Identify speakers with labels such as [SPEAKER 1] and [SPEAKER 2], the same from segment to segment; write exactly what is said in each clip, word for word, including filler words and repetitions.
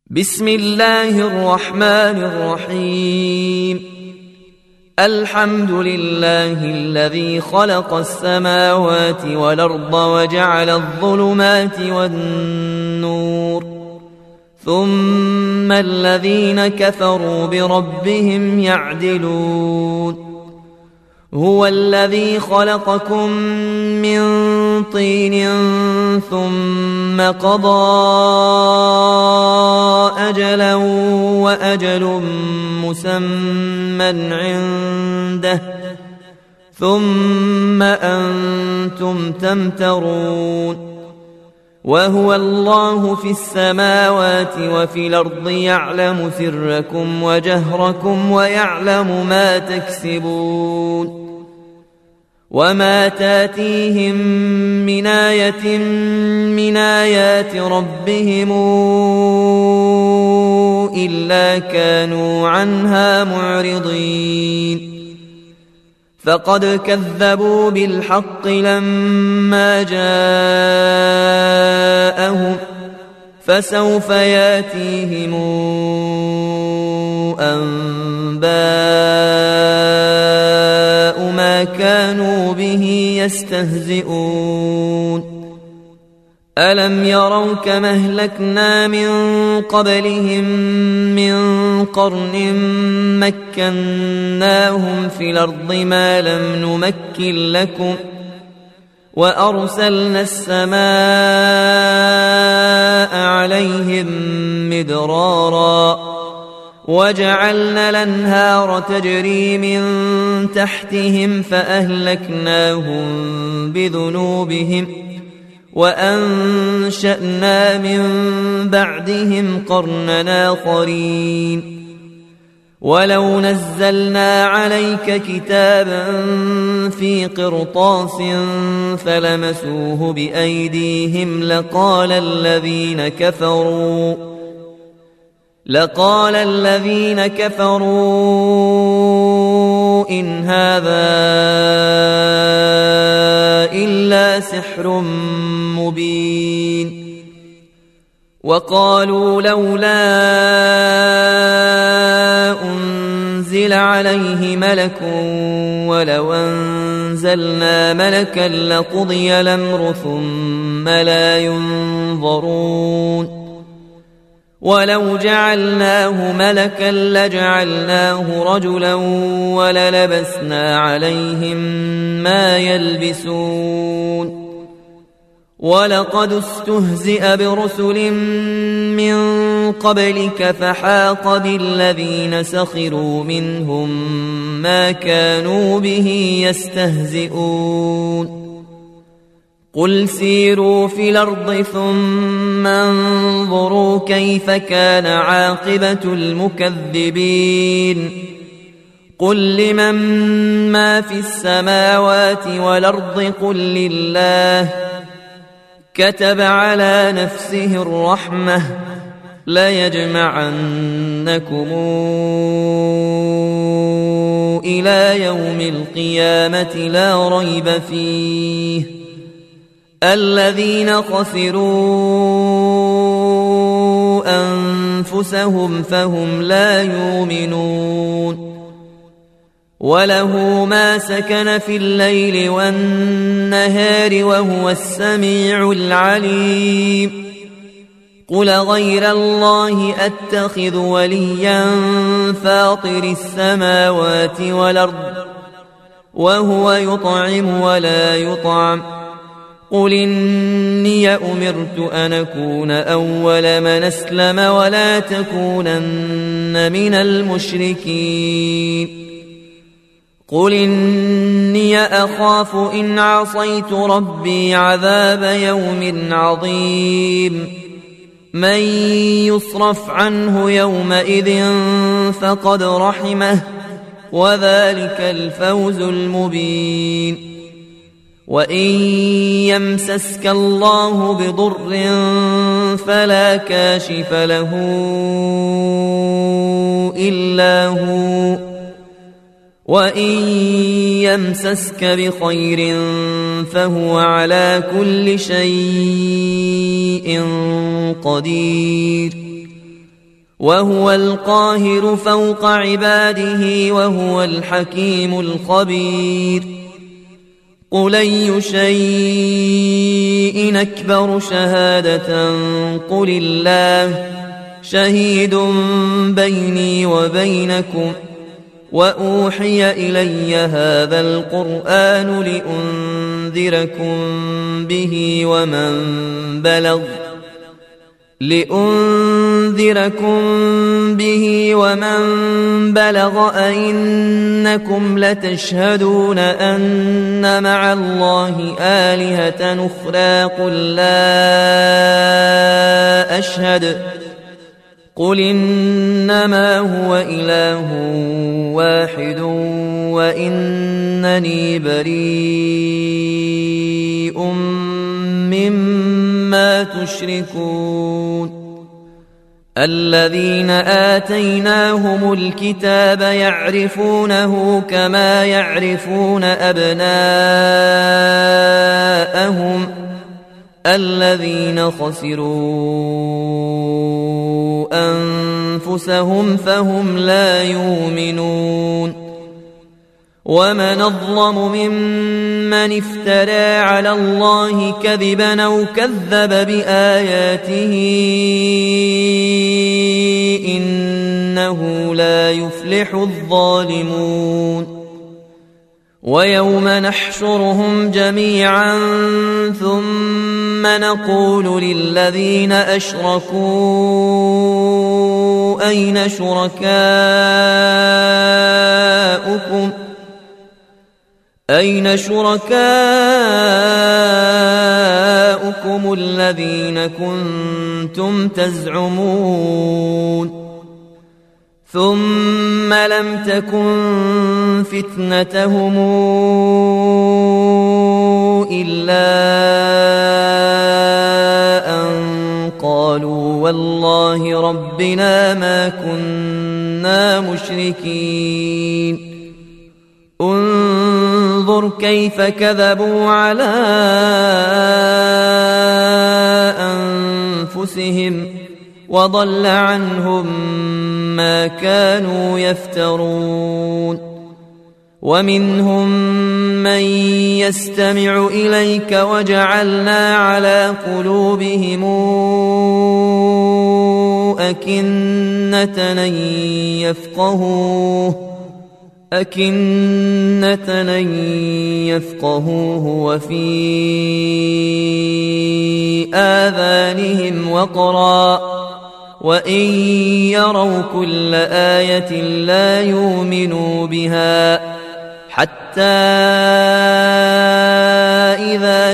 [SPEAKER 1] بسم الله الرحمن الرحيم. الحمد لله الذي خلق السماوات والأرض وجعل الظلمات والنور، ثم الذين كفروا بربهم يعدلون. هو الذي خلقكم من طين ثم قضى أجلا وأجل مسمى عنده ثم أنتم تمترون. وهو الله في السماوات وفي الأرض يعلم سركم وجهركم ويعلم ما تكسبون. وما تاتيهم من آية من آيات ربهم إلا كانوا عنها معرضين. فقد كذبوا بالحق لما جاءهم، فسوف ياتيهم أنباء ما كانوا به يستهزئون. ألم يروا كما أهلكنا من قبلهم من قرن مكناهم في الأرض ما لم نمكن لكم، وأرسلنا السماء عليهم مدرارا، وجعلنا الأنهار تجري من تحتهم فأهلكناهم بذنوبهم، وأنشأنا من بعدهم قرنا آخرين. ولو نزلنا عليك كتابا في قرطاس فلمسوه بأيديهم لقال الذين كفروا لقال الذين كفروا إن هذا إلا سحر مبين. وقالوا لولا أنزل عليه ملك ولو أنزلنا ملكا لقضي الأمر ثم لا ينظرون. ولو جعلناه ملكا لجعلناه رجلا وللبسنا عليهم ما يلبسون. ولقد استهزئ برسل من قبلك فحاق بالذين سخروا منهم ما كانوا به يستهزئون. قل سيروا في الأرض ثم انظروا كيف كان عاقبة المكذبين. قل لمن ما في السماوات والأرض قل لله. كتب على نفسه الرحمة ليجمعنكم إلى يوم القيامة لا ريب فيه. الذين خسروا أنفسهم فهم لا يؤمنون. وله ما سكن في الليل والنهار وهو السميع العليم. قل غير الله أتخذ وليا فاطر السماوات والأرض وهو يطعم ولا يطعم. قل إني أمرت أن أكون أول من أسلم ولا تكونن من المشركين. قل إني أخاف إن عصيت ربي عذاب يوم عظيم. من يصرف عنه يومئذ فقد رحمه وذلك الفوز المبين. وإن يمسسك الله بضر فلا كاشف له إلا هو، وإن يمسسك بخير فهو على كل شيء قدير. وهو القاهر فوق عباده وهو الحكيم الخبير قل أي شيء أكبر شهادة قل الله شهيد بيني وبينكم وأوحي إلي هذا القرآن لأنذركم به ومن بلغ لأنذركم به ومن بلغ أئنكم لتشهدون أن مع الله آلهة أخرى قل لا أشهد قل إنما هو إله واحد وإنني بريء مما تشركون الذين آتيناهم الكتاب يعرفونه كما يعرفون أبناءهم الذين خسروا أنفسهم فهم لا يؤمنون ومن أظلم ممن افترى على الله كذبا أو كذب بآياته إنه لا يفلح الظالمون ويوم نحشرهم جميعا ثم نقول للذين أشركوا أين شركاؤكم أين شركاؤكم الذين كنتم تزعمون ثم لم تكن فتنتهم إلا أن قالوا والله ربنا ما كنا مشركين انظر كيف كذبوا على أنفسهم وضل عنهم ما كانوا يفترون ومنهم من يستمع إليك وجعلنا على قلوبهم أكنة أن يفقهوه أكنة أن يفقهوه وفي آذانهم وقرا وإن يروا كل آية لا يؤمنوا بها حتى إذا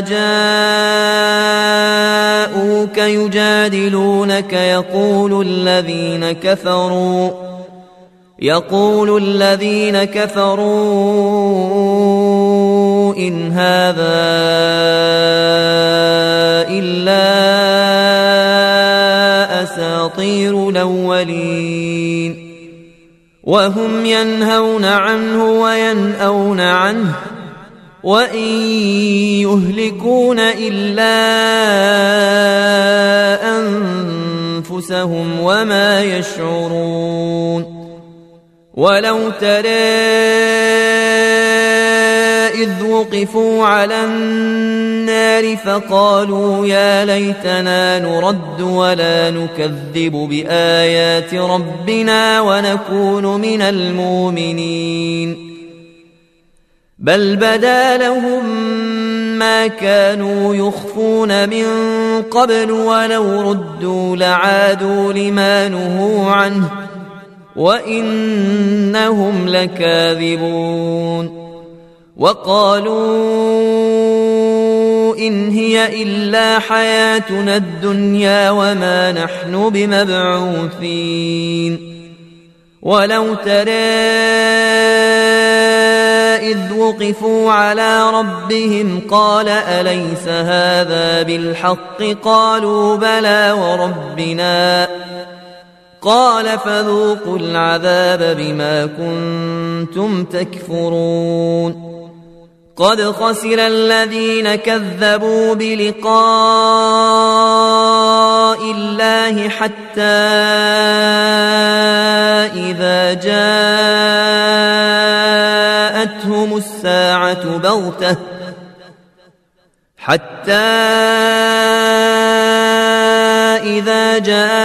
[SPEAKER 1] جاءوك يجادلونك يقول الذين كفروا يقول الذين كفروا إن هذا إلا أساطير الأولين وهم ينهون عنه وينأون عنه وإن يهلكون إلا أنفسهم وما يشعرون ولو ترى إذ وقفوا على النار فقالوا يا ليتنا نرد ولا نكذب بآيات ربنا ونكون من المؤمنين بل بدا لهم ما كانوا يخفون من قبل ولو ردوا لعادوا لما نهوا عنه وإنهم لكاذبون وقالوا إن هي إلا حياتنا الدنيا وما نحن بمبعوثين ولو ترى إذ وقفوا على ربهم قال أليس هذا بالحق قالوا بلى وربنا قال فذوقوا العذاب بما كنتم تكفرون قد خسر الذين كذبوا بلقاء الله حتى إذا جاءتهم الساعة بغتة حتى إذا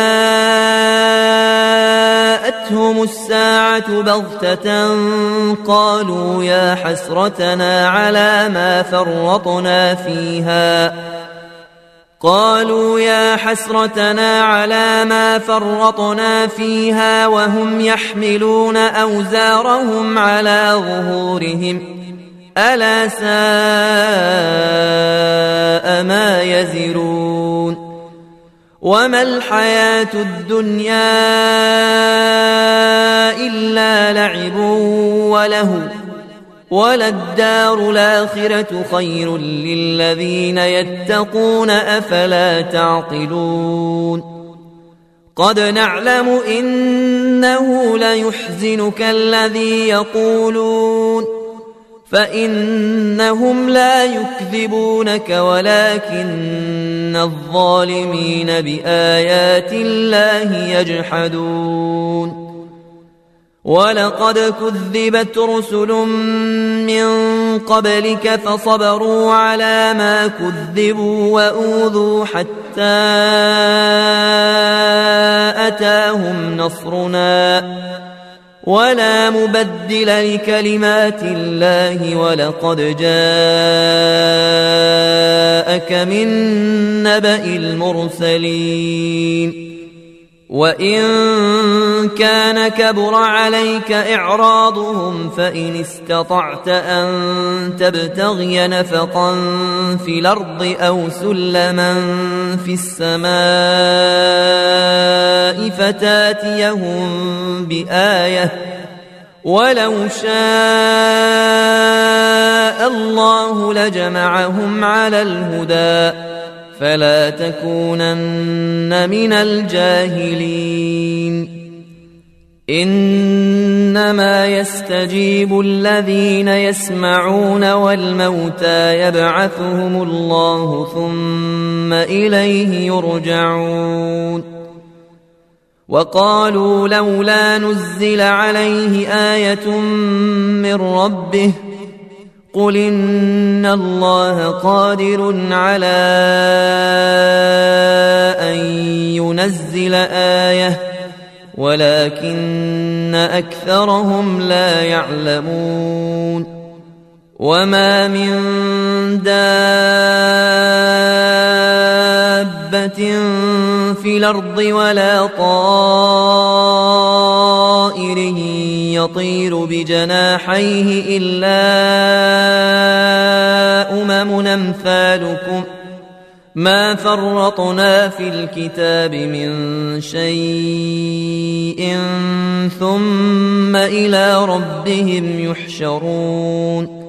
[SPEAKER 1] جاءتهم الساعة بغتة قالوا يا حسرتنا على ما فرطنا فيها قالوا يا حسرتنا على ما فرطنا فيها وهم يحملون أوزارهم على ظهورهم ألا ساء ما يزرون وما الحياة الدنيا إلا لعب وله وللدار الآخرة خير للذين يتقون أفلا تعقلون قد نعلم إنه ليحزنك الذي يقولون فإنهم لا يكذبونك ولكن الظالمين بآيات الله يجحدون ولقد كذبت رسل من قبلك فصبروا على ما كذبوا وأوذوا حتى أتاهم نصرنا ولا مبدل لكلمات الله ولقد جاءك من نبأ المرسلين وإن كان كبر عليك إعراضهم فإن استطعت أن تبتغي نفقا في الأرض أو سلما في السماء فتاتيهم بآية ولو شاء الله لجمعهم على الهدى فلا تكونن من الجاهلين إنما يستجيب الذين يسمعون والموتى يبعثهم الله ثم إليه يرجعون وقالوا لولا نزل عليه آية من ربه قل إن الله قادر على أن ينزل آية ولكن أكثرهم لا يعلمون وما من دابة في الأرض ولا طائر يطير بجناحيه إلا أمم أمثالكم ما فرطنا في الكتاب من شيء ثم إلى ربهم يحشرون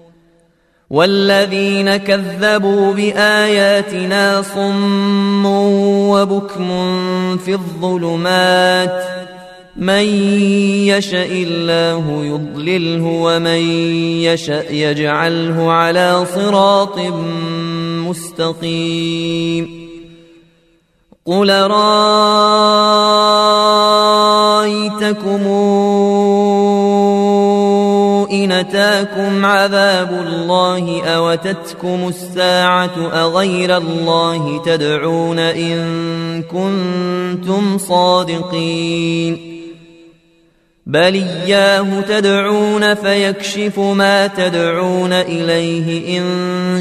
[SPEAKER 1] والذين كذبوا بآياتنا صم وبكم في الظلمات من يشاء الله يضلله ومن يشاء يجعله على صراط مستقيم قل رأيتكم إن أتاكم عذاب الله أو أتتكم الساعة أغير الله تدعون إن كنتم صادقين بل إياه تدعون فيكشف ما تدعون إليه إن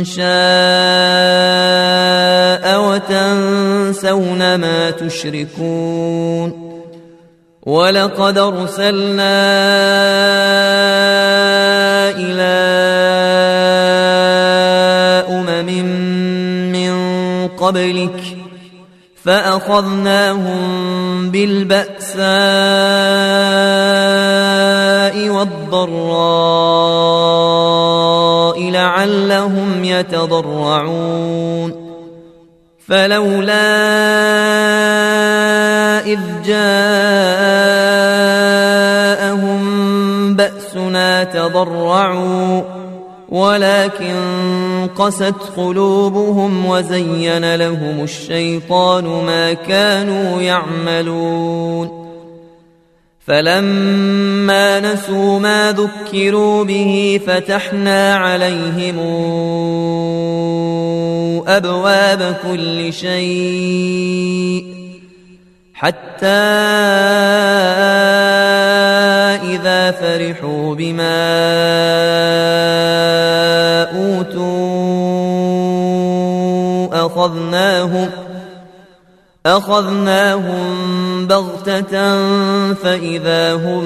[SPEAKER 1] شاء وتنسون ما تشركون ولقد أرسلنا إلى أمم من قبلك فأخذناهم بالبأساء والضراء لعلهم يتضرعون فلولا إذ جاءهم بأسنا تضرعوا ولكن قست قلوبهم وزين لهم الشيطان ما كانوا يعملون فلما نسوا ما ذكروا به فتحنا عليهم أبواب كل شيء حتى إذا فرحوا بما أوتوا أخذناهم أخذناهم بغتة فإذا هم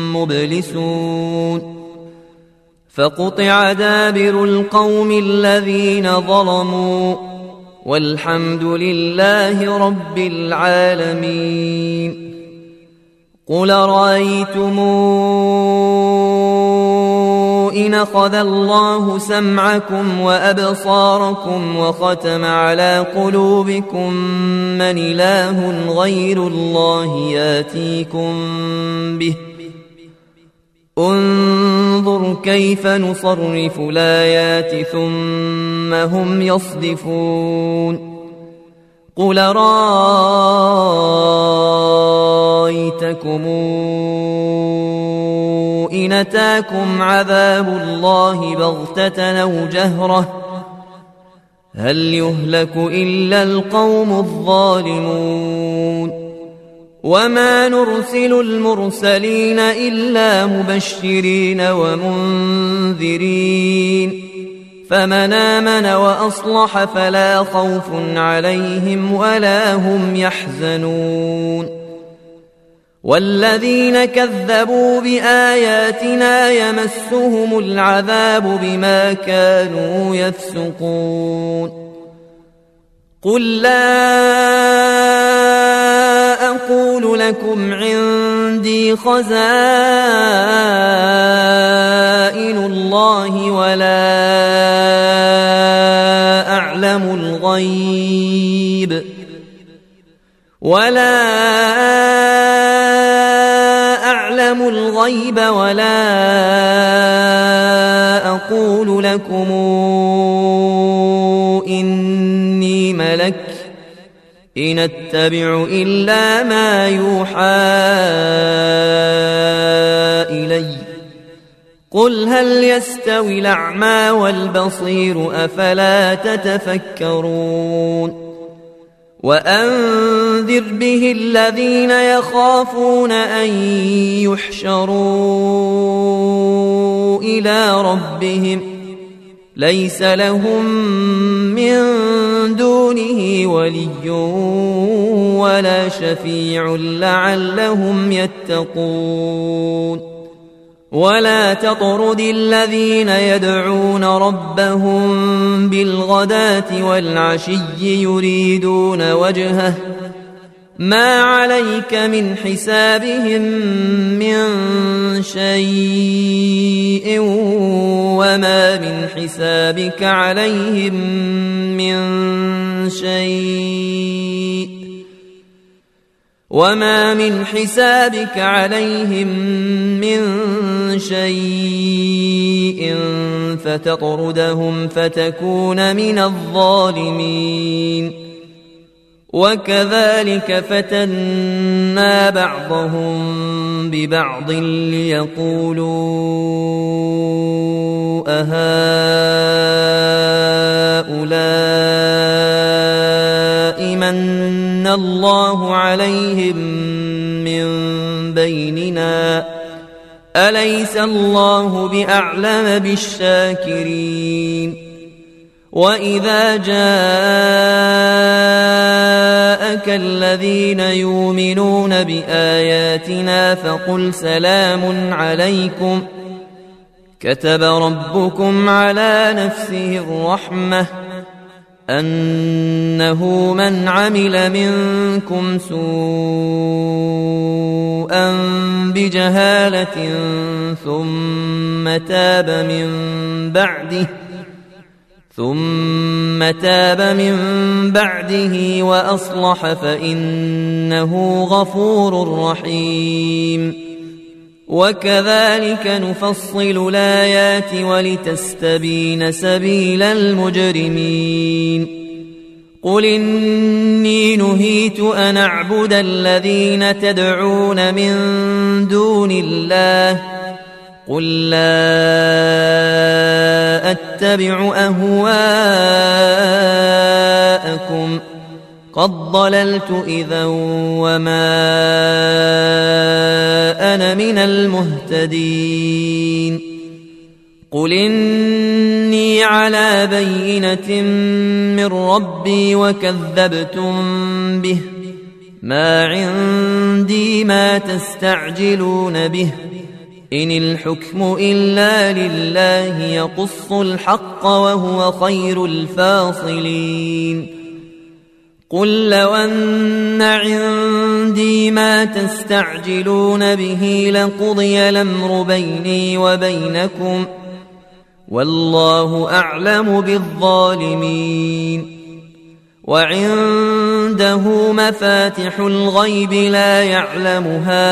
[SPEAKER 1] مبلسون فقطع دابر القوم الذين ظلموا والحمد لله رب العالمين. قل رأيتم إن أخذ الله سمعكم وأبصاركم وختم على قلوبكم من إله غير الله ياتيكم به انظر كيف نصرف الآيات ثم هم يصدفون. قل رأيتكم إن أتاكم عذاب الله بغتة أو جهرة هل يهلك إلا القوم الظالمون. وما نرسل المرسلين إلا مبشرين ومنذرين فمن آمن وأصلح فلا خوف عليهم ولا هم يحزنون. والذين كذبوا بآياتنا يمسهم العذاب بما كانوا يفسقون. قل لا أقول لكم عندي خزائن الله ولا أعلم الغيب ولا أعلم الغيب ولا أقول لكم إني ملك إن أتبع إلا ما يوحى إلي. قل هل يستوي الأعمى والبصير أفلا تتفكرون. وأنذر به الذين يخافون أن يحشروا إلى ربهم ليس لهم من دونه ولي ولا شفيع لعلهم يتقون. ولا تطرد الذين يدعون ربهم بالغداة والعشي يريدون وجهه ما عليك من حسابهم من شيء وما من حسابك عليهم من شيء وما من حسابك عليهم من شيء فتطردهم فتكون من الظالمين. وكذلك فتنا بعضهم ببعض ليقولوا أهؤلاء من الله عليهم من بيننا أليس الله بأعلم بالشاكرين. وإذا جاءك الذين يؤمنون بآياتنا فقل سلام عليكم كتب ربكم على نفسه الرحمة أنه من عمل منكم سوءا بجهالة ثم تاب من بعده ثم تاب من بعده وأصلح فإنه غفور رحيم. وكذلك نفصل الآيات ولتستبين سبيل المجرمين. قل إني نهيت أن أعبد الذين تدعون من دون الله قل لا أتبع أهواءكم قد ضللت إذا وما أنا من المهتدين قل إني على بينة من ربي وكذبتم به ما عندي ما تستعجلون به إن الحكم إلا لله يقص الحق وهو خير الفاصلين قل لو أن عندي ما تستعجلون به لقضي الأمر بيني وبينكم والله أعلم بالظالمين وعنده مفاتح الغيب لا يعلمها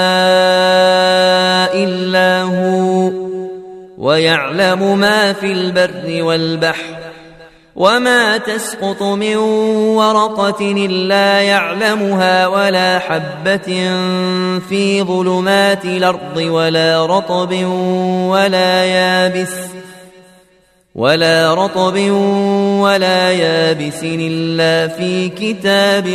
[SPEAKER 1] إلا هو ويعلم ما في البر والبحر وما تسقط من ورقة إلا يعلمها ولا حبة في ظلمات الأرض ولا رطب ولا يابس ولا رطب ولا يابس إلا في كتاب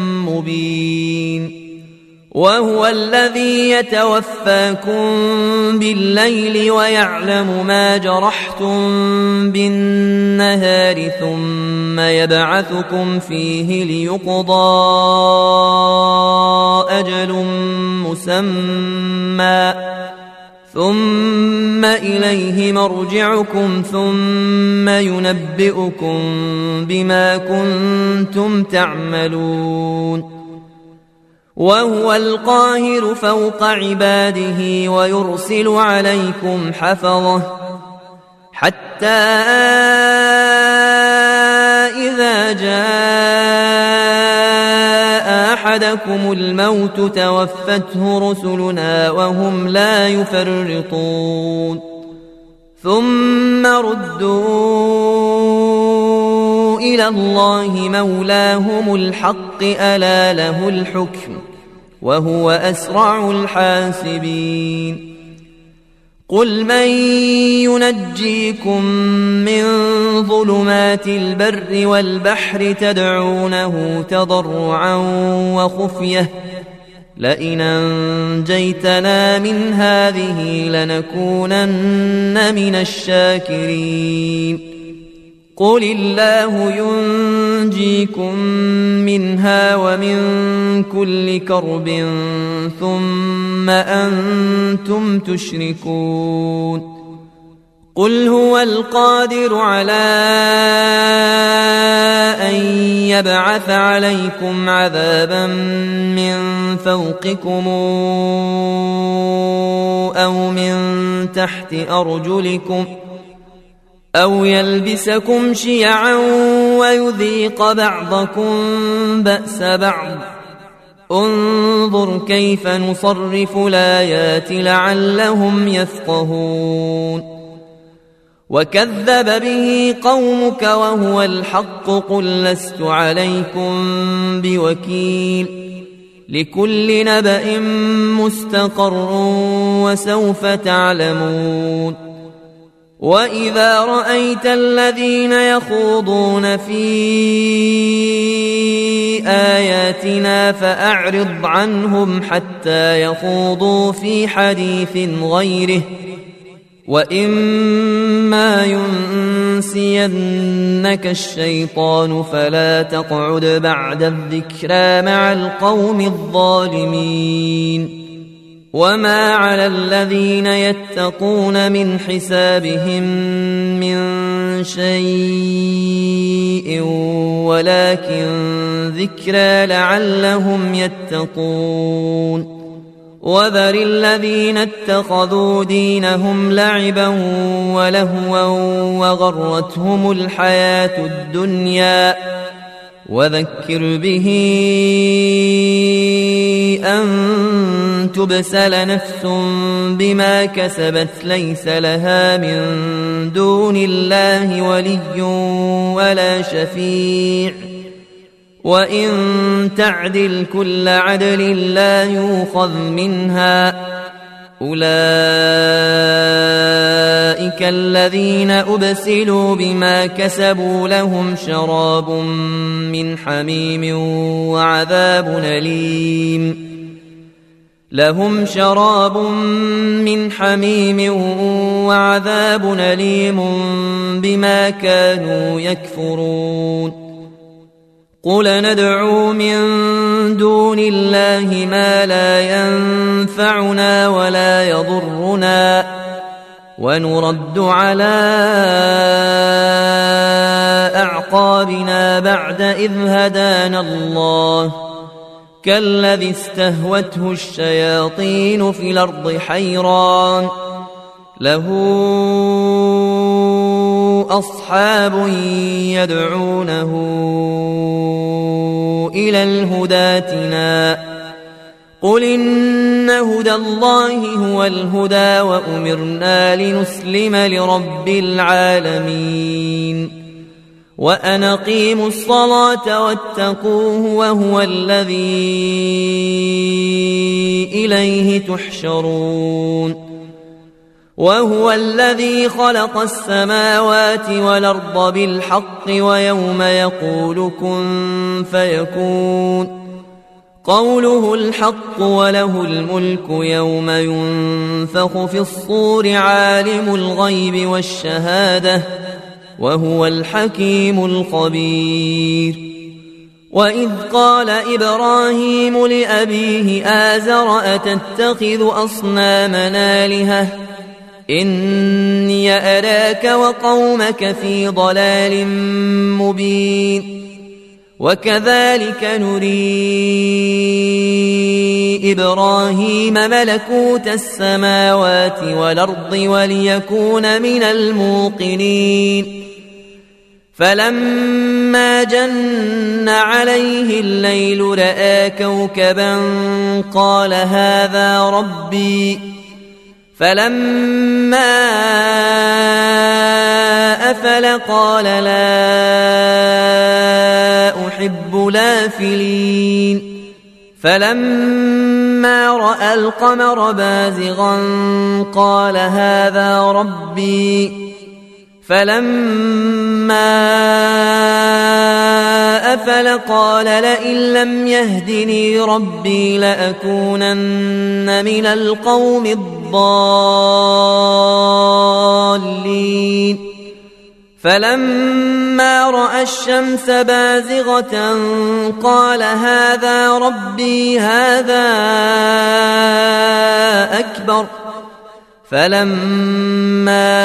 [SPEAKER 1] مبين وهو الذي يتوفاكم بالليل ويعلم ما جرحتم بالنهار ثم يبعثكم فيه ليقضى أجل مسمى ثم إليه مرجعكم ثم ينبئكم بما كنتم تعملون وهو القاهر فوق عباده ويرسل عليكم حفظه حتى إذا جاء أحدكم الموت توفته رسلنا وهم لا يفرطون ثم ردوا إلى الله مولاهم الحق ألا له الحكم وهو أسرع الحاسبين قل من ينجيكم من ظلمات البر والبحر تدعونه تضرعا وخفية لئن أنجيتنا من هذه لنكونن من الشاكرين قل الله ينجيكم منها ومن كل كرب ثم أنتم تشركون قل هو القادر على أن يبعث عليكم عذابا من فوقكم أو من تحت أرجلكم أو يلبسكم شيعا ويذيق بعضكم بأس بعض انظر كيف نصرف الآيات لعلهم يفقهون وكذب به قومك وهو الحق قل لست عليكم بوكيل لكل نبأ مستقر وسوف تعلمون وإذا رأيت الذين يخوضون في آياتنا فأعرض عنهم حتى يخوضوا في حديث غيره وإما ينسينك الشيطان فلا تقعد بعد الذكرى مع القوم الظالمين وما على الذين يتقون من حسابهم من شيء ولكن ذكرى لعلهم يتقون وذر الذين اتخذوا دينهم لعبا ولهوا وغرتهم الحياة الدنيا وذكر به أن تبسل نفس بما كسبت ليس لها من دون الله ولي ولا شفيع وإن تعدل كل عدل لا يؤخذ منها أولئك الذين أبسلوا بما كسبوا لهم شراب من حميم وعذاب أليم لهم شراب من حميم وعذاب أليم بما كانوا يكفرون قل ندعو من دون الله ما لا ينفعنا ولا يضرنا ونرد على أعقابنا بعد إذ هدانا الله كالذي استهوته الشياطين في الأرض حيران له أصحاب يدعونه إلى الهدى ائتنا قل إن هدى الله هو الهدى وأمرنا لنسلم لرب العالمين وأن أقيموا الصلاة واتقوه وهو الذي إليه تحشرون وهو الذي خلق السماوات والأرض بالحق ويوم يقول كن فيكون قوله الحق وله الملك يوم ينفخ في الصور عالم الغيب والشهادة وهو الحكيم الخبير وإذ قال إبراهيم لأبيه آزر أتتخذ أصنامنا آلهة إني أراك وقومك في ضلال مبين وكذلك نري إبراهيم ملكوت السماوات والأرض وليكون من الموقنين فلما جن عليه الليل رأى كوكبا قال هذا ربي فلما أفل قال لا أحب الآفلين فلما رأى القمر بازغا قال هذا ربي فلما أفل قال لئن لم يهدني ربي لأكونن من القوم الضالين فلما رأى الشمس بازغة قال هذا ربي هذا أكبر فلما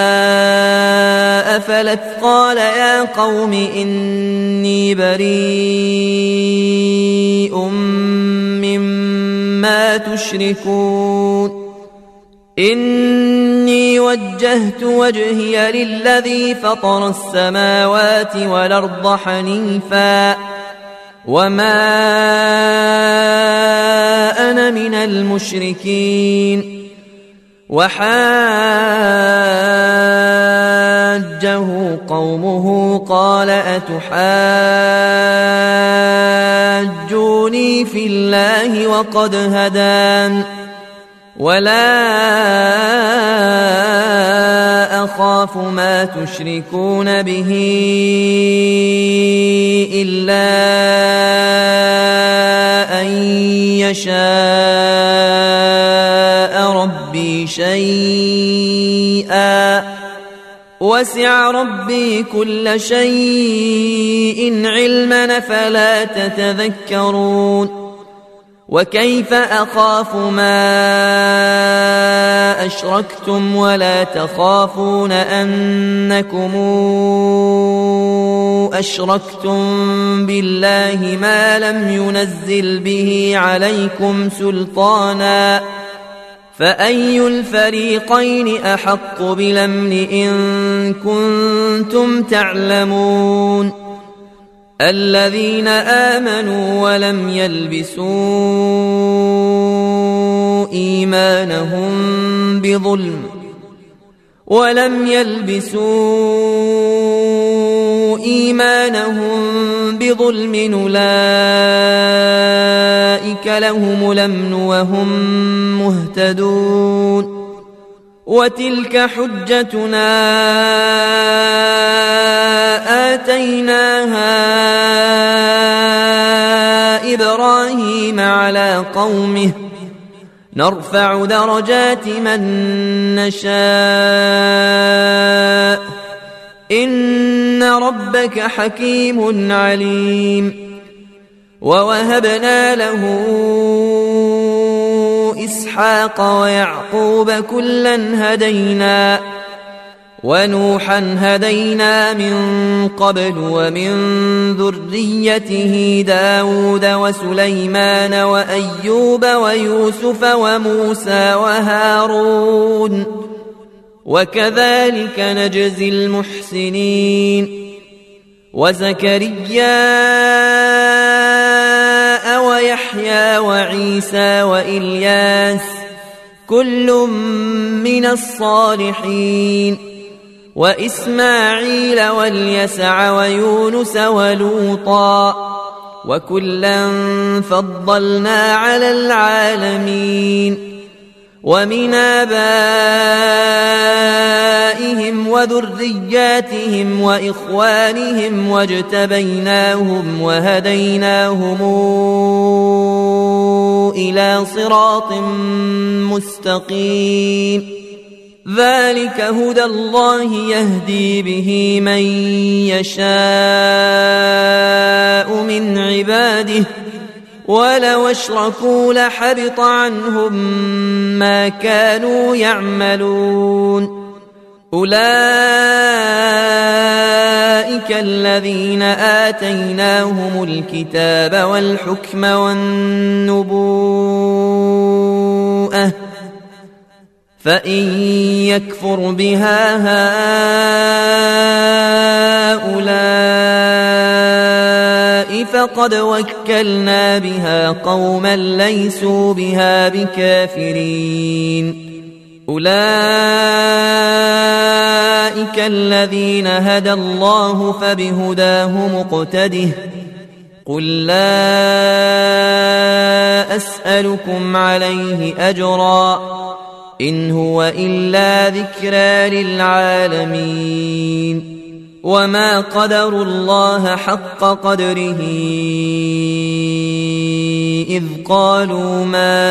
[SPEAKER 1] أفلت قال يا قوم إني بريء مما تشركون إني وجهت وجهي للذي فطر السماوات والأرض حنيفا وما أنا من المشركين وحاجه قومه قال أتحاجوني في الله وقد هدان ولا أخاف ما تشركون به إلا أن يشاء ربي شيئا وسع ربي كل شيء علما فلا تتذكرون وكيف أخاف ما أشركتم ولا تخافون أنكم أشركتم بالله ما لم ينزل به عليكم سلطانا فأي الفريقين أحق بالأمن إن كنتم تعلمون الذين آمنوا ولم يلبسوا إيمانهم بظلم ولم يلبسوا إيمانهم بظلم أولئك لهم الأمن وهم مهتدون وتلك حجتنا آتيناها إبراهيم على قومه نرفع درجات من نشاء إن ربك حكيم عليم ووهبنا له إسحاق ويعقوب كلا هدينا ونوحا هدينا من قبل ومن ذريته داود وسليمان وأيوب ويوسف وموسى وهارون وكذلك نجزي المحسنين وزكريا ويحيى وعيسى وإلياس كل من الصالحين وإسماعيل واليسع ويونس ولوطا وكلا فضلنا على العالمين ومن آبائهم وذرياتهم وإخوانهم واجتبيناهم وهديناهم إلى صراط مستقيم ذلك هدى الله يهدي به من يشاء من عباده ولو اشركوا لحبط عنهم ما كانوا يعملون أولئك الذين آتيناهم الكتاب والحكم والنبوءة فإن يكفر بها هؤلاء فقد وكلنا بها قوما ليسوا بها بكافرين أولئك الذين هدى الله فبهداه مقتده قل لا أسألكم عليه أجرا إن هو إلا ذكرى للعالمين وما قدروا الله حق قدره إذ قالوا ما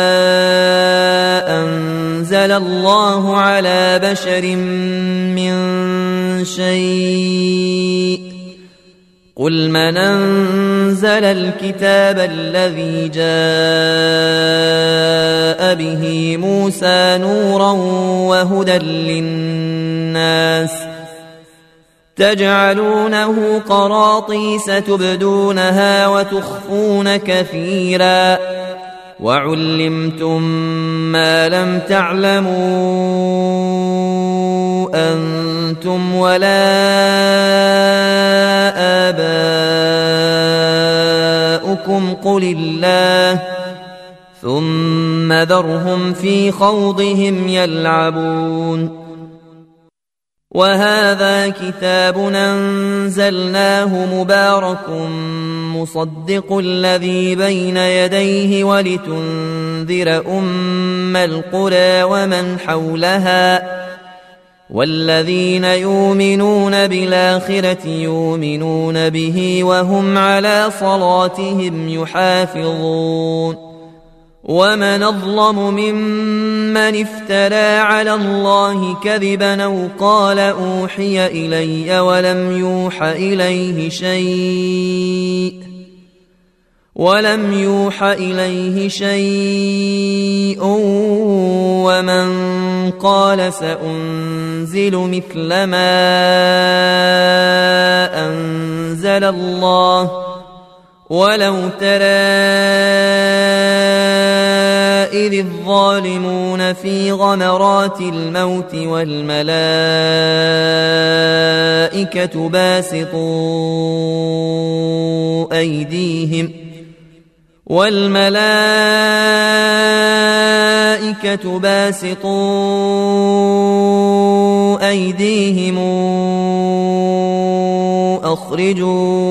[SPEAKER 1] أنزل الله على بشر من شيء قل من أنزل الكتاب الذي جاء به موسى نورا وهدى للناس تجعلونه قراطيس تبدونها وتخفون كثيرا وعلمتم ما لم تعلموا أنتم ولا آباؤكم قل الله ثم ذرهم في خوضهم يلعبون وهذا كتاب أنزلناه مبارك مصدق الذي بين يديه ولتنذر أم القرى ومن حولها والذين يؤمنون بالآخرة يؤمنون به وهم على صلاتهم يحافظون ومن أظلم ممن افترى على الله كذبا أو قال أوحي إلي ولم يوح إليه شيء ولم يوح إليه شيء ومن قال سأنزل مثل ما أنزل الله ولو ترى إذ الظالمون في غمرات الموت والملائكة باسطوا أيديهم والملائكة والملائكة باسطوا أيديهم أخرجوا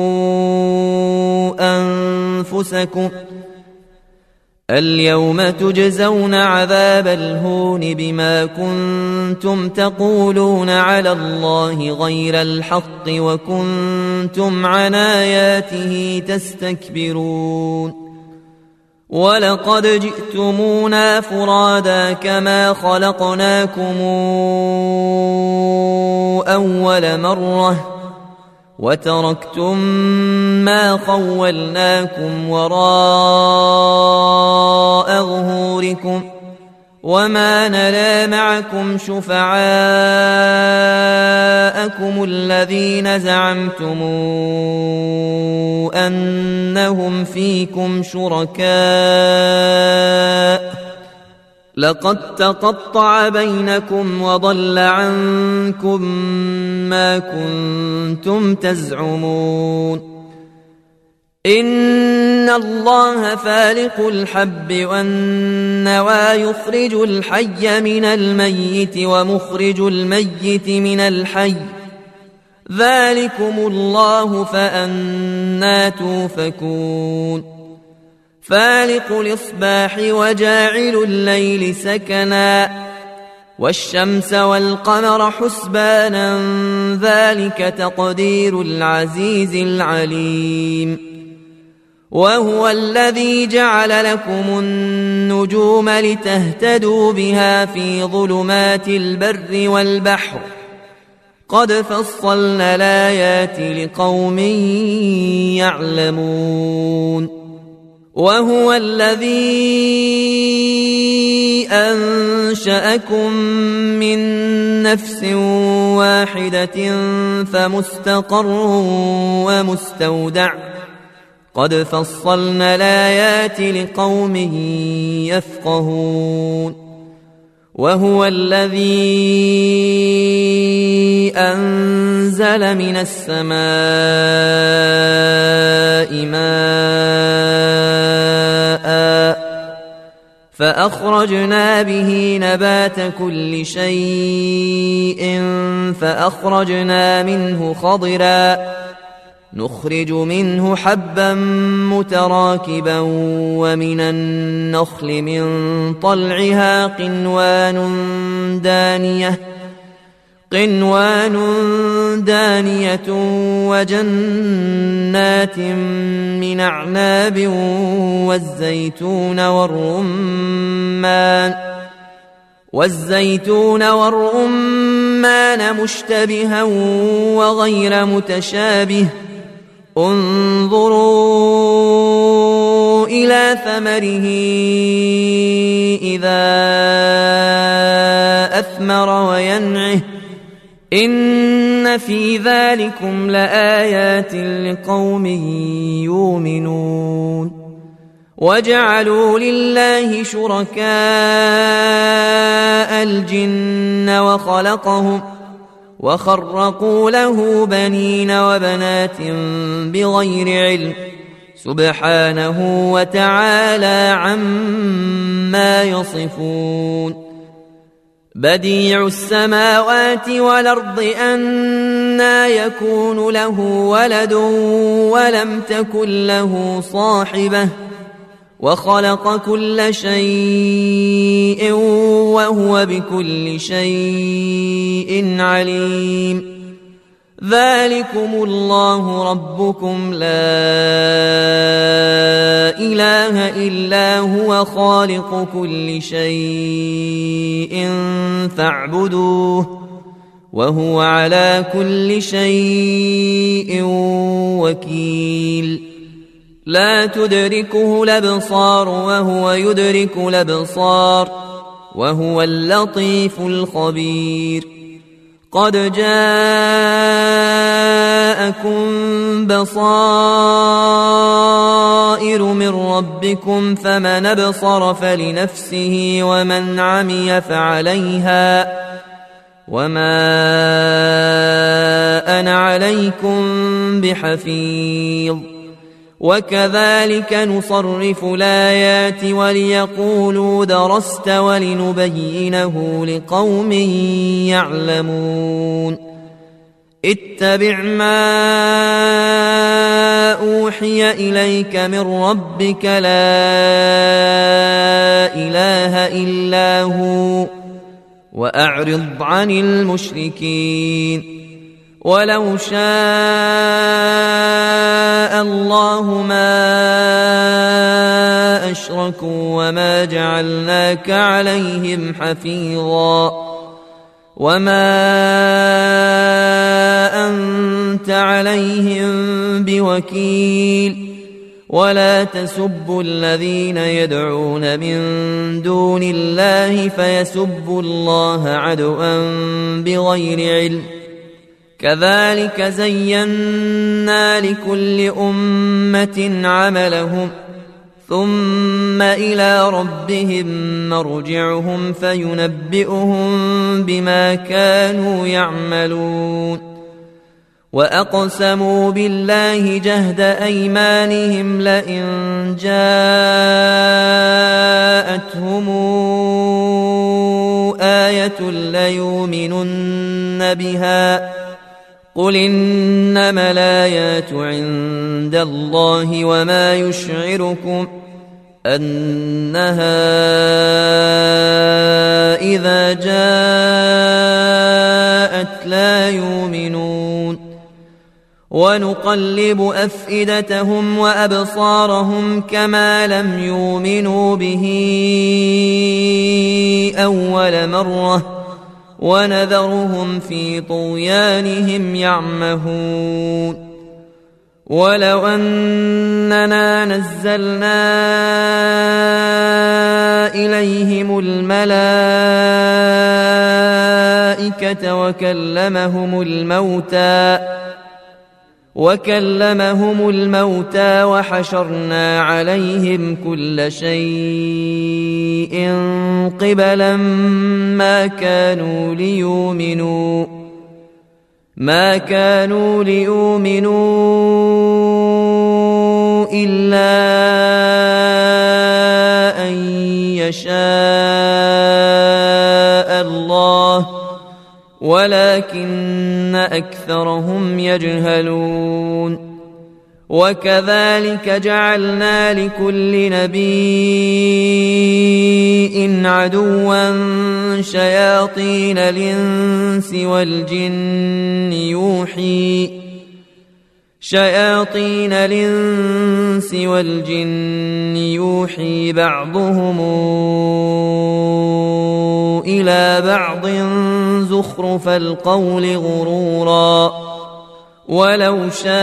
[SPEAKER 1] أنفسكم اليوم تجزون عذاب الهون بما كنتم تقولون على الله غير الحق وكنتم عن آياته تستكبرون ولقد جئتمونا فرادا كما خلقناكم أول مرة وتركتم ما خولناكم وراء ظهوركم وما نرى معكم شفعاءكم الذين زعمتم أنهم فيكم شركاء لقد تقطع بينكم وضل عنكم ما كنتم تزعمون إن الله فالق الحب والنوى يخرج الحي من الميت ومخرج الميت من الحي ذلكم الله فأنى توفكون فالق الإصباح وجاعل الليل سكنا والشمس والقمر حسبانا ذلك تقدير العزيز العليم وهو الذي جعل لكم النجوم لتهتدوا بها في ظلمات البر والبحر قد فصلنا الآيات لقوم يعلمون وهو الذي أنشأكم من نفس واحدة فمستقر ومستودع قد فصلنا الآيات لقوم يفقهون وهو الذي أنزل من السماء ماء فأخرجنا به نبات كل شيء فأخرجنا منه خضرا نخرج منه حبا متراكبا ومن النخل من طلعها قنوان دانية قنوان دانية وجنات من أعناب والزيتون والرمان والزيتون والرمان مشتبها وغير متشابه انظروا إلى ثمره إذا أثمر وينعه إن في ذلكم لآيات لقوم يؤمنون وجعلوا لله شركاء الجن وخلقهم وخرقوا له بنين وبنات بغير علم سبحانه وتعالى عما يصفون بديع السماوات والأرض أنى يكون له ولد ولم تكن له صاحبة وخلق كل شيء وهو بكل شيء عليم ذلكم الله ربكم لا إله إلا هو خالق كل شيء فاعبدوه وهو على كل شيء وكيل لا تدركه الأبصار وهو يدرك الأبصار وهو اللطيف الخبير قد جاءكم بصائر من ربكم فمن أبصر فلنفسه ومن عمي فعليها وما أنا عليكم بحفيظ وكذلك نصرف الآيات وليقولوا درست ولنبينه لقوم يعلمون اتبع ما أوحي إليك من ربك لا إله إلا هو وأعرض عن المشركين ولو شاء الله ما أشركوا وما جعلناك عليهم حفيظا وما أنت عليهم بوكيل ولا تسبوا الذين يدعون من دون الله فيسبوا الله عدوا بغير علم كذلك زينا لكل أمة عملهم ثم إلى ربهم مرجعهم فينبئهم بما كانوا يعملون وأقسموا بالله جهد أيمانهم لئن جاءتهم آية ليؤمنن بها قل إنما الآيات عند الله وما يشعركم أنها إذا جاءت لا يؤمنون ونقلب أفئدتهم وأبصارهم كما لم يؤمنوا به أول مرة ونذرهم في طغيانهم يعمهون ولو أننا نزلنا إليهم الملائكة وكلمهم الموتى وكلمهم الموتى وحشرنا عليهم كل شيء قبلا ما كانوا ليؤمنوا ما كانوا ليؤمنوا إلا أن يشاء الله ولكن أكثرهم يجهلون وكذلك جعلنا لكل نبي عدوا شياطين الإنس والجن يوحي شياطين الإنس والجن يوحي بعضهم إلى بعض زخرف القول غرورا ولو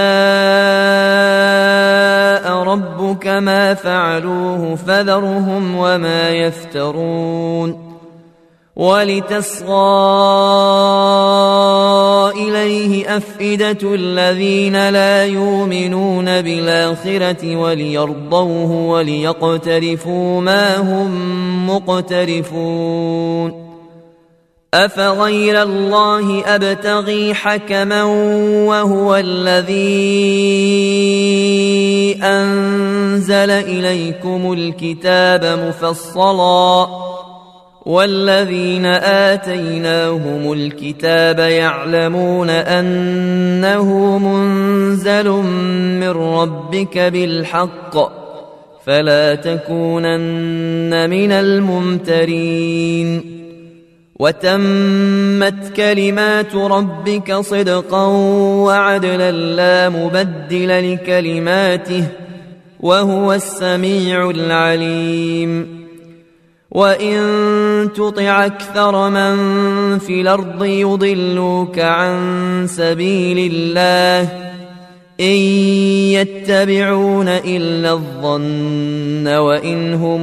[SPEAKER 1] شاء ربك ما فعلوه فذرهم وما يفترون ولتصغى إليه أفئدة الذين لا يؤمنون بالآخرة وليرضوه وليقترفوا ما هم مقترفون أفغير الله أبتغي حكما وهو الذي أنزل إليكم الكتاب مفصلا والذين آتيناهم الكتاب يعلمون أنه منزل من ربك بالحق فلا تكونن من الممترين وتمت كلمات ربك صدقا وعدلا لا مبدل لكلماته وهو السميع العليم وإن تطع أكثر من في الأرض يضلوك عن سبيل الله إن يتبعون إلا الظن وإن هم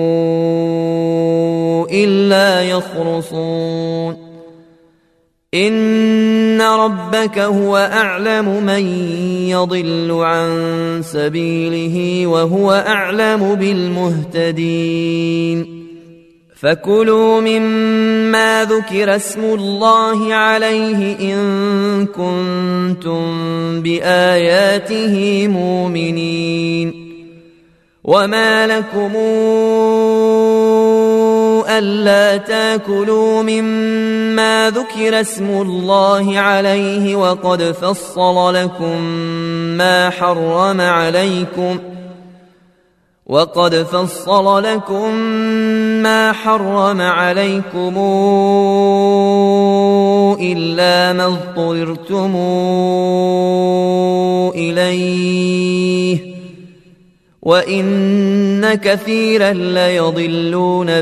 [SPEAKER 1] إلا يخرصون إن ربك هو أعلم من يضل عن سبيله وهو أعلم بالمهتدين فكلوا مما ذكر اسم الله عليه إن كنتم بآياته مؤمنين وما لكم ألا تاكلوا مما ذكر اسم الله عليه وقد فصل لكم ما حرم عليكم وقد فصل لكم ما حرم عليكم إلا ما اضطررتم إليه وإن كثيرا ليضلون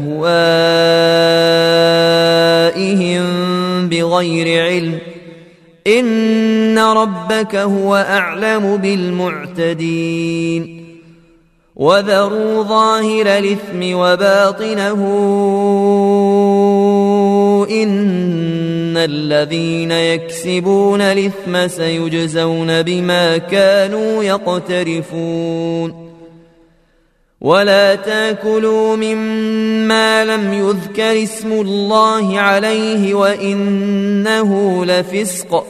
[SPEAKER 1] بأهوائهم بغير علم إن ربك هو أعلم بالمعتدين وذروا ظاهر الإثم وباطنه إن الذين يكسبون الإثم سيجزون بما كانوا يقترفون ولا تاكلوا مما لم يذكر اسم الله عليه وإنه لفسق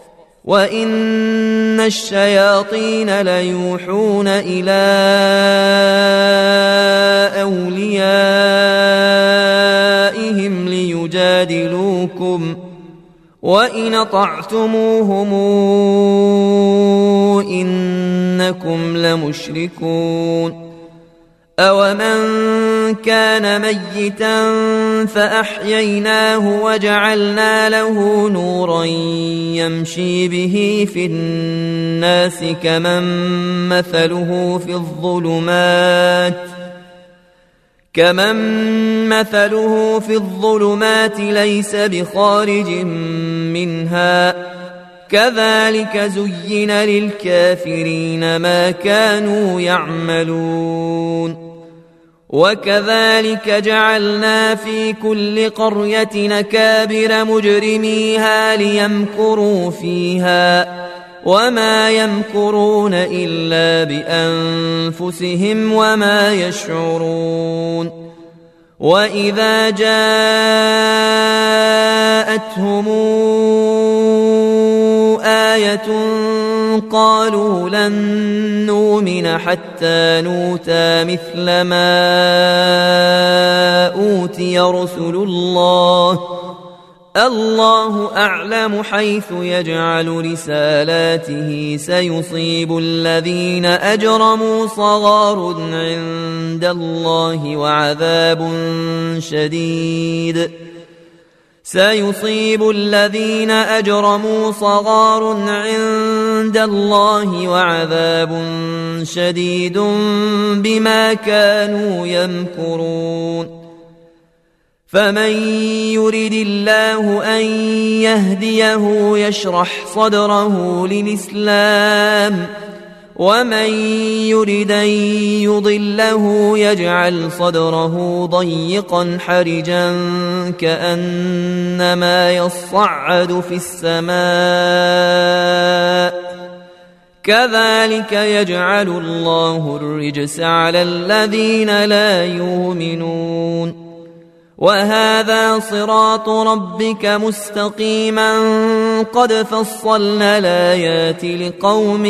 [SPEAKER 1] وإن الشياطين ليوحون إلى أوليائهم ليجادلوكم وإن أطعتموهم إنكم لمشركون أومن كان ميتا فأحييناه وجعلنا له نورا يمشي به في الناس كمن مثله في الظلمات كمن مثله في الظلمات ليس بخارج منها كذلك زين للكافرين ما كانوا يعملون وكذلك جعلنا في كل قرية نكابر مجرميها ليمكروا فيها وما يمكرون إلا بأنفسهم وما يشعرون وإذا جاءتهم آية قالوا لن نؤمن حتى نؤتى مثل ما أوتي رسل الله الله أعلم حيث يجعل رسالاته سيصيب الذين أجرموا صغار عند الله وعذاب شديد سيصيب الذين أجرموا صغار عند الله وعذاب شديد بما كانوا يمكرون فمن يرد الله أن يهديه يشرح صدره للإسلام ومن يرد أن يضله يجعل صدره ضيقا حرجا كأنما يصعد في السماء كذلك يجعل الله الرجس على الذين لا يؤمنون وهذا صراط ربك مستقيما قد فصلنا الآيات لقوم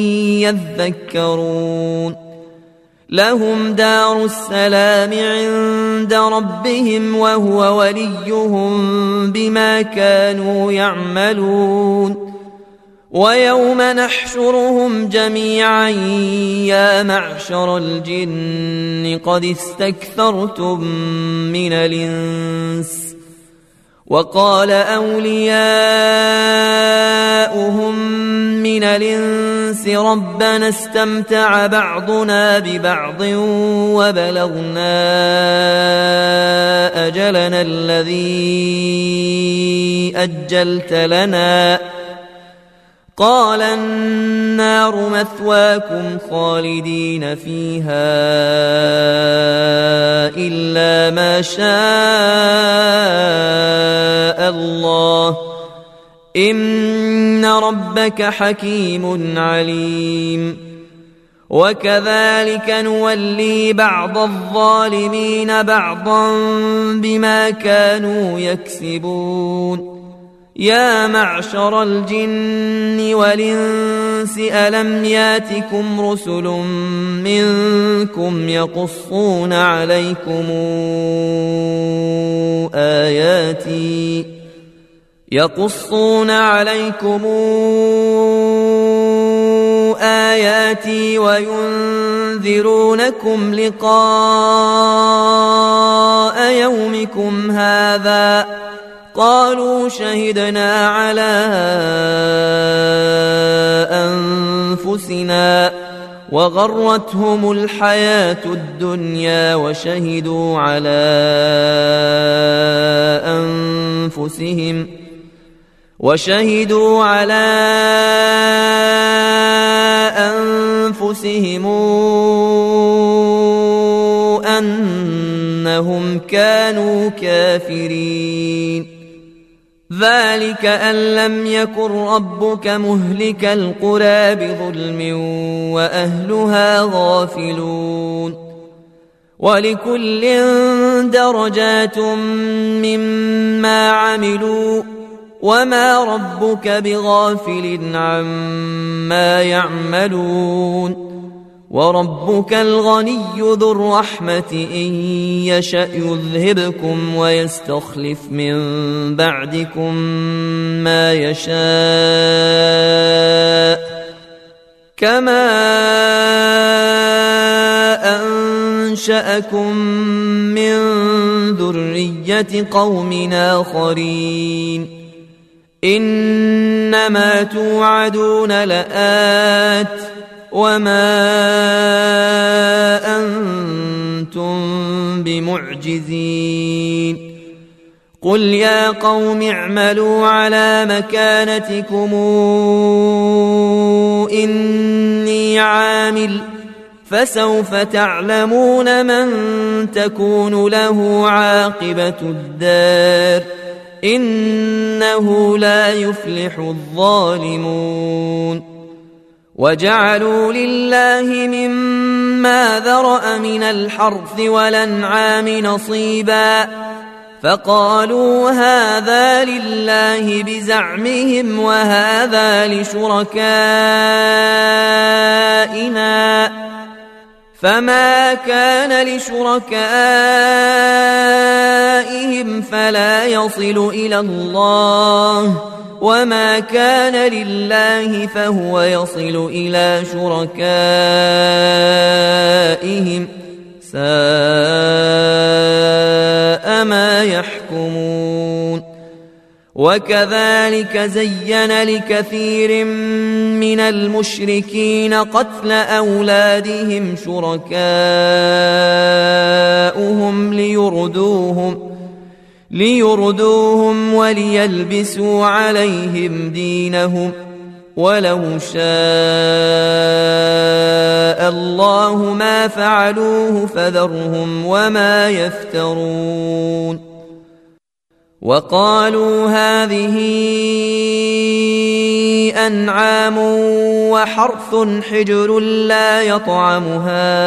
[SPEAKER 1] يذكرون لهم دار السلام عند ربهم وهو وليهم بما كانوا يعملون ويوم نحشرهم جميعا يا معشر الجن قد استكثرتم من الإنس وقال أولياؤهم من الإنس ربنا استمتع بعضنا ببعض وبلغنا أجلنا الذي أجلت لنا قال النار مثواكم خالدين فيها إلا ما شاء الله إن ربك حكيم عليم وكذلك نولي بعض الظالمين بعضا بما كانوا يكسبون يا معشر الجن والإنس ألم ياتكم رسل منكم يقصون عليكم آياتي يقصون عليكم آياتي وينذرونكم لقاء يومكم هذا قالوا شهدنا على أنفسنا وغرتهم الحياة الدنيا وشهدوا على أنفسهم وشهدوا على أنفسهم أنهم كانوا كافرين ذلك أن لم يكن ربك مهلك القرى بظلم وأهلها غافلون ولكل درجات مما عملوا وما ربك بغافل عما يعملون وربك الغني ذو الرحمة إن يشأ يذهبكم ويستخلف من بعدكم ما يشاء كما أنشأكم من ذرية قوم آخرين إنما توعدون لآت وما أنتم بمعجزين قل يا قوم اعملوا على مكانتكم إني عامل فسوف تعلمون من تكون له عاقبة الدار إنه لا يفلح الظالمون وجعلوا لله مما ذرأ من الحرث والأنعام نصيبا فقالوا هذا لله بزعمهم وهذا لشركائنا فما كان لشركائهم فلا يصل إلى الله وما كان لله فهو يصل إلى شركائهم ساء ما يحكمون وكذلك زين لكثير من المشركين قتل أولادهم شركاؤهم ليردوهم ليردوهم وليلبسوا عليهم دينهم ولو شاء الله ما فعلوه فذرهم وما يفترون وقالوا هذه أنعام وحرث حجر لا يطعمها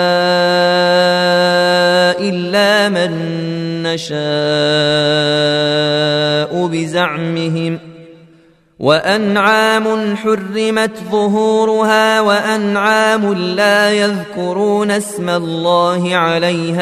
[SPEAKER 1] إلا من نشاء بزعمهم وأنعام حرمت ظهورها وأنعام لا يذكرون اسم الله عليها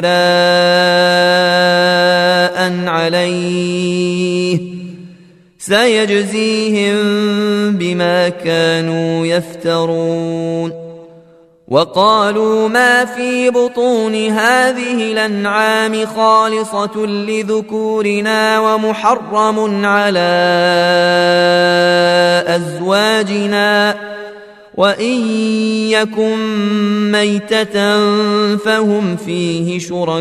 [SPEAKER 1] افتراء عليه سيجزيهم بما كانوا يفترون وقالوا ما في بطون هذه الأنعام خالصة لذكورنا ومحرم على أزواجنا وإن يكن ميتة فهم فيه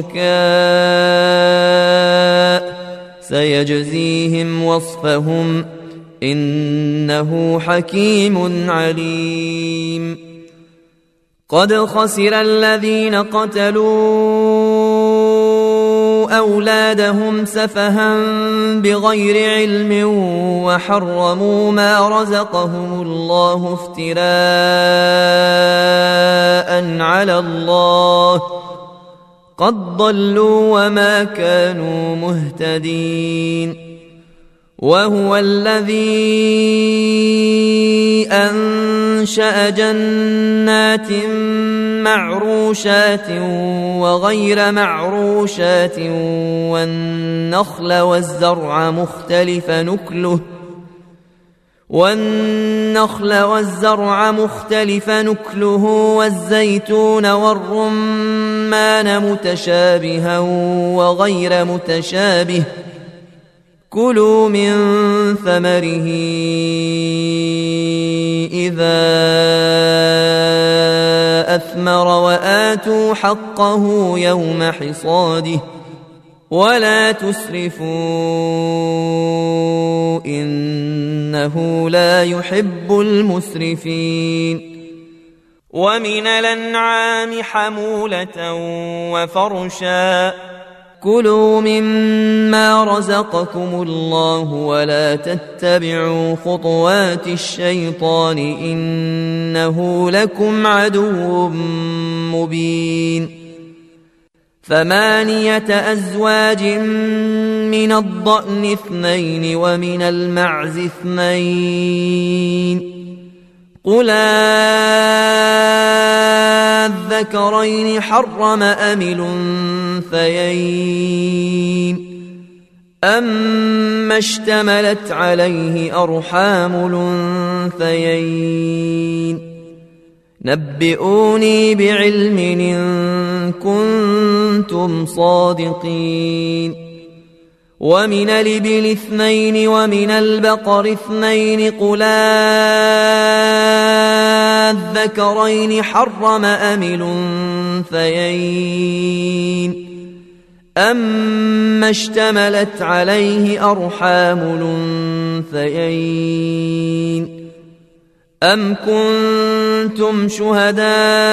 [SPEAKER 1] شركاء سيجزيهم وصفهم إنه حكيم عليم قد خسر الذين قتلوا أولادهم سفها بغير علم وحرموا ما رزقهم الله افتراء على الله قد ضلوا وما كانوا مهتدين وهو الذي أنشأ جنات معروشات وغير معروشات والنخل والزرع مختلف نكله والنخل والزرع مختلف نكله والزيتون والرمان متشابها وغير متشابه كلوا من ثمره إذا أثمر وآتوا حقه يوم حصاده ولا تسرفوا إنه لا يحب المسرفين ومن الأنعام حمولة وفرشا كلوا مما رزقكم الله ولا تتبعوا خطوات الشيطان إنه لكم عدو مبين ثمانية أزواج من الضأن اثنين ومن المعز اثنين قل الذكرين حرم أم الأنثيين أما اشتملت عليه أرحام الأنثيين نبئوني بعلم إن كنتم صادقين ومن الإبل اثنين ومن البقر اثنين قل الذكرين حرم أم الأنثيين أما اشتملت عليه أرحام الأنثيين أم كنتم شهداء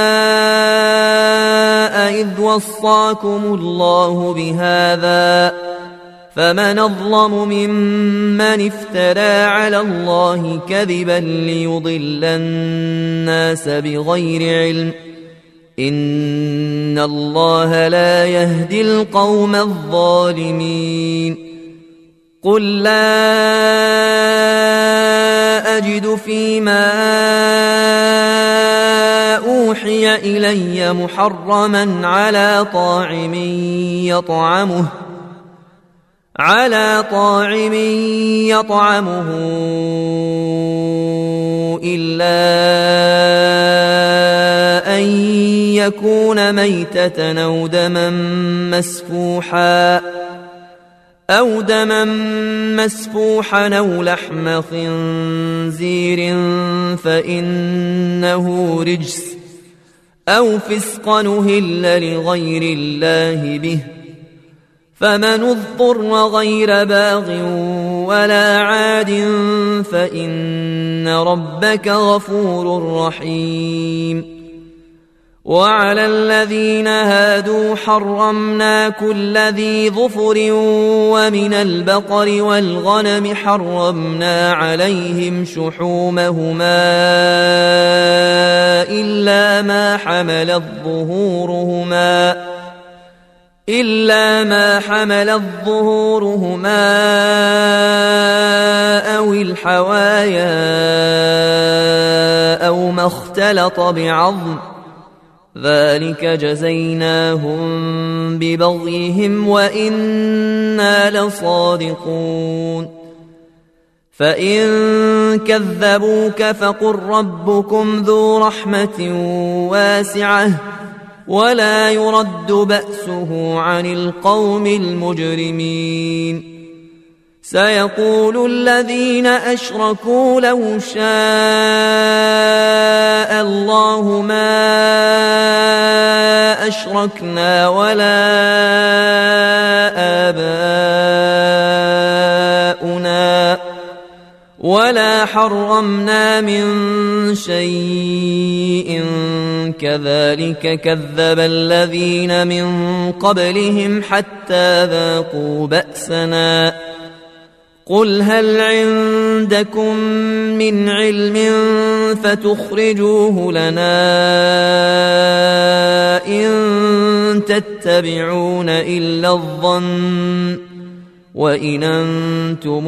[SPEAKER 1] إذ وصاكم الله بهذا فمن أظلم ممن افترى على الله كذبا ليضل الناس بغير علم إن الله لا يهدي القوم الظالمين قل لا أجد فيما أوحي إلي محرما على طاعم يطعمه على طاعم يطعمه إلا أن يكون ميتة أو دما مسفوحا أو دما مسفوحا أو لحم خنزير فإنه رجس أو فسقا أهل لغير الله به فمن اضطر غير باغ ولا عاد فإن ربك غفور رحيم وعلى الذين هادوا حرمنا كل ذي ظفر ومن البقر والغنم حرمنا عليهم شحومهما إلا ما حملت ظهورهما إلا ما حملت ظهورهما أو الحوايا أو ما اختلط بعظم ذلك جزيناهم ببغيهم وإنا لصادقون فإن كذبوك فقل ربكم ذو رحمة واسعة ولا يرد بأسه عن القوم المجرمين سيقول الذين أشركوا لو شاء الله ما أشركنا ولا آباؤنا ولا حرمنا من شيء كذلك كذب الذين من قبلهم حتى ذاقوا بأسنا قل هل عندكم من علم فتخرجوه لنا إن تتبعون إلا الظن وإن أنتم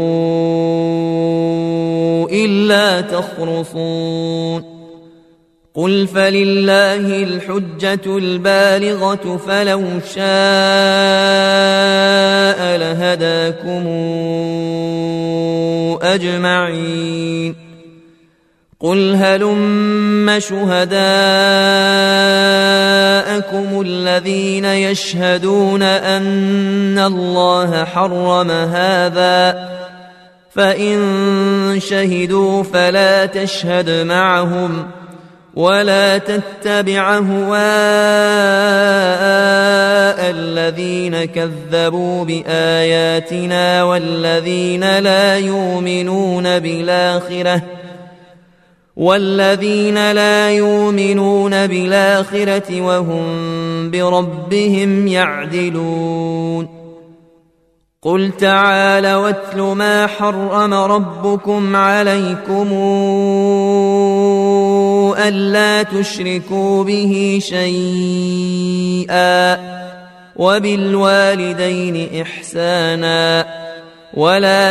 [SPEAKER 1] إلا تخرصون قل فلله الحجة البالغة فلو شاء لهداكم أجمعين قل هلم شهداءكم الذين يشهدون أن الله حرم هذا فإن شهدوا فلا تشهد معهم ولا تتبع هواء الذين كذبوا بآياتنا والذين لا يؤمنون بالآخرة والذين لا يؤمنون بالآخرة وهم بربهم يعدلون قل تعالوا واتل ما حرم ربكم عليكم ألا تشركوا به شيئا وبالوالدين إحسانا ولا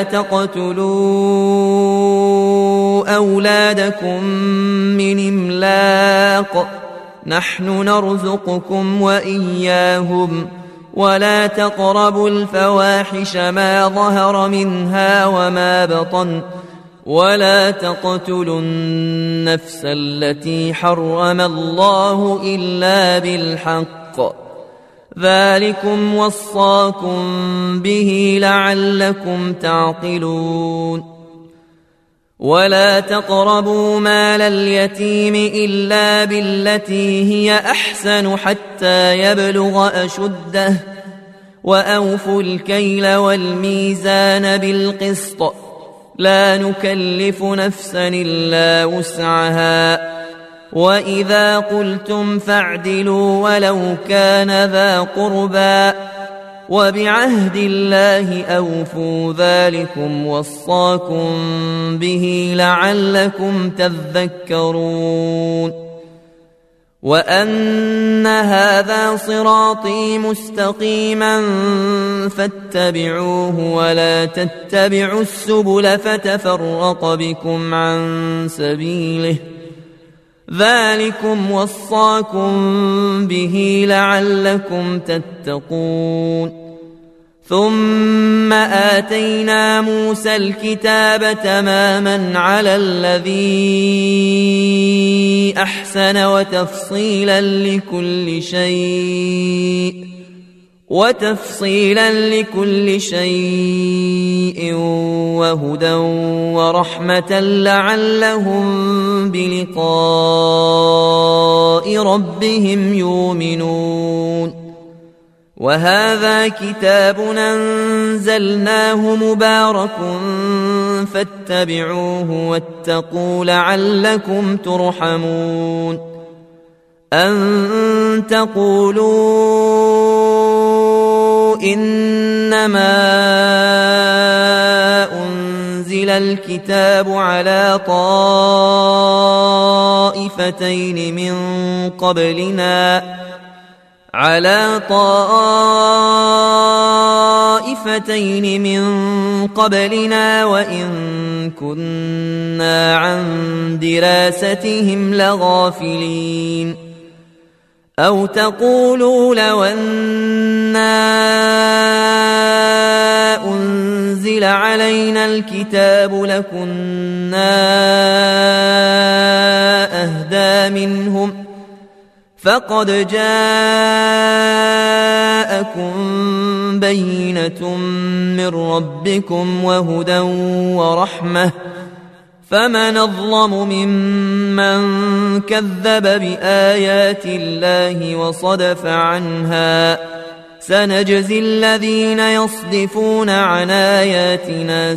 [SPEAKER 1] تقتلوا أولادكم من إملاق نحن نرزقكم وإياهم ولا تقربوا الفواحش ما ظهر منها وما بطن ولا تقتلوا النفس التي حرم الله إلا بالحق ذلكم وصاكم به لعلكم تعقلون ولا تقربوا مال اليتيم إلا بالتي هي أحسن حتى يبلغ أشده وأوفوا الكيل والميزان بالقسط لا نكلف نفسا إلا وسعها وإذا قلتم فاعدلوا ولو كان ذا قربى وبعهد الله أوفوا ذلكم وصاكم به لعلكم تذكرون وأن هذا صراطي مستقيما فاتبعوه ولا تتبعوا السبل فتفرق بكم عن سبيله ذلكم وصاكم به لعلكم تتقون ثم آتينا موسى الكتاب تماما على الذي أحسن وتفصيلا لكل شيء وتفصيلا لكل شيء وهدى ورحمة لعلهم بلقاء ربهم يؤمنون وهذا كتاب أنزلناه مبارك فاتبعوه واتقوا لعلكم ترحمون أن تقولوا إنما أنزل الكتاب على طائفتين من قبلنا على طائفتين من قبلنا وإن كنا عن دراستهم لغافلين أو تقولوا لو أنا أنزل علينا الكتاب لكنا أهدى منهم فقد جاءكم بينة من ربكم وهدى ورحمة فمن أظلم ممن كذب بآيات الله وصدف عنها سنجزي الذين يصدفون عن آياتنا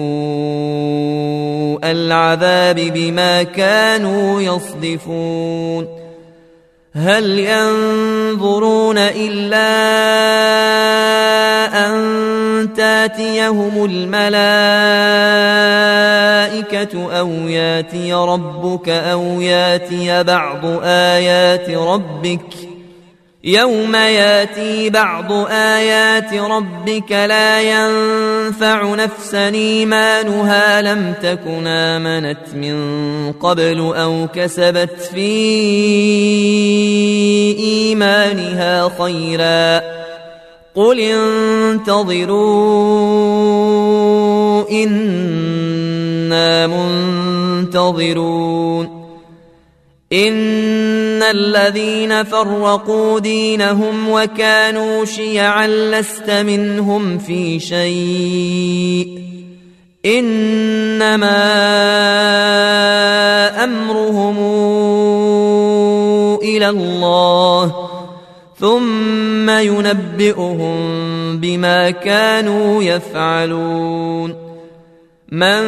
[SPEAKER 1] سوء العذاب بما كانوا يصدفون هل ينظرون إلا أن تاتيهم الملائكة أو ياتي ربك أو ياتي بعض آيات ربك يوم ياتي بعض آيات ربك لا ينفع نفسا إيمانها لم تكن آمنت من قبل أو كسبت في إيمانها خيرا قل انتظروا إنا منتظرون إن الذين فرقوا دينهم وكانوا شيعا لست منهم في شيء إنما أمرهم إلى الله ثم ينبئهم بما كانوا يفعلون من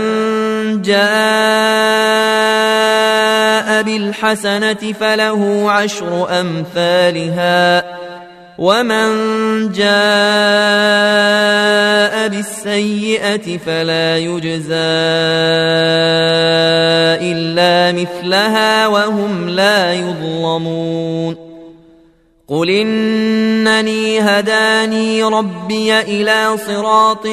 [SPEAKER 1] جاء بالحسنة فله عشر أمثالها ومن جاء بالسيئة فلا يجزى إلا مثلها وهم لا يظلمون قل إنني هداني ربي إلى صراط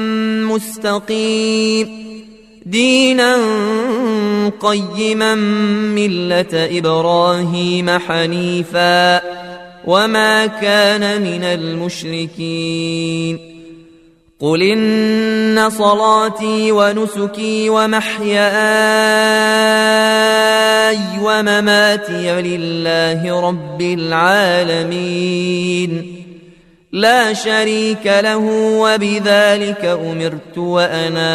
[SPEAKER 1] مستقيم دينا قيما ملة إبراهيم حنيفا وما كان من المشركين قل إن صلاتي ونسكي ومحياي ومماتي لله رب العالمين لا شريك له وبذلك أمرت وأنا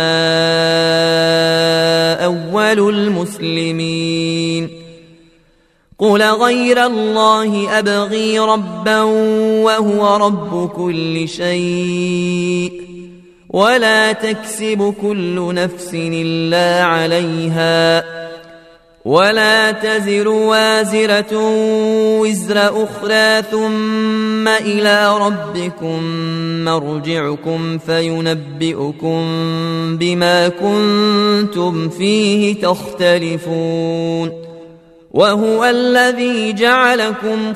[SPEAKER 1] أول المسلمين قل غير الله أبغي ربا وهو رب كل شيء ولا تكسب كل نفس إلا عليها ولا تزر وازرة وزر أخرى ثم إلى ربكم مرجعكم فينبئكم بما كنتم فيه تختلفون وهو الذي جعلكم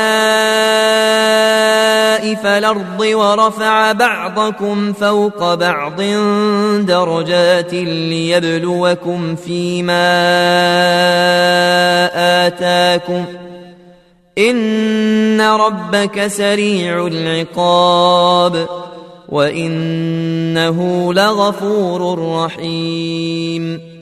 [SPEAKER 1] خلائف الأرض ورفع بعضكم فوق بعض درجات ليبلوكم فيما آتاكم إن ربك سريع العقاب وإنه لغفور رحيم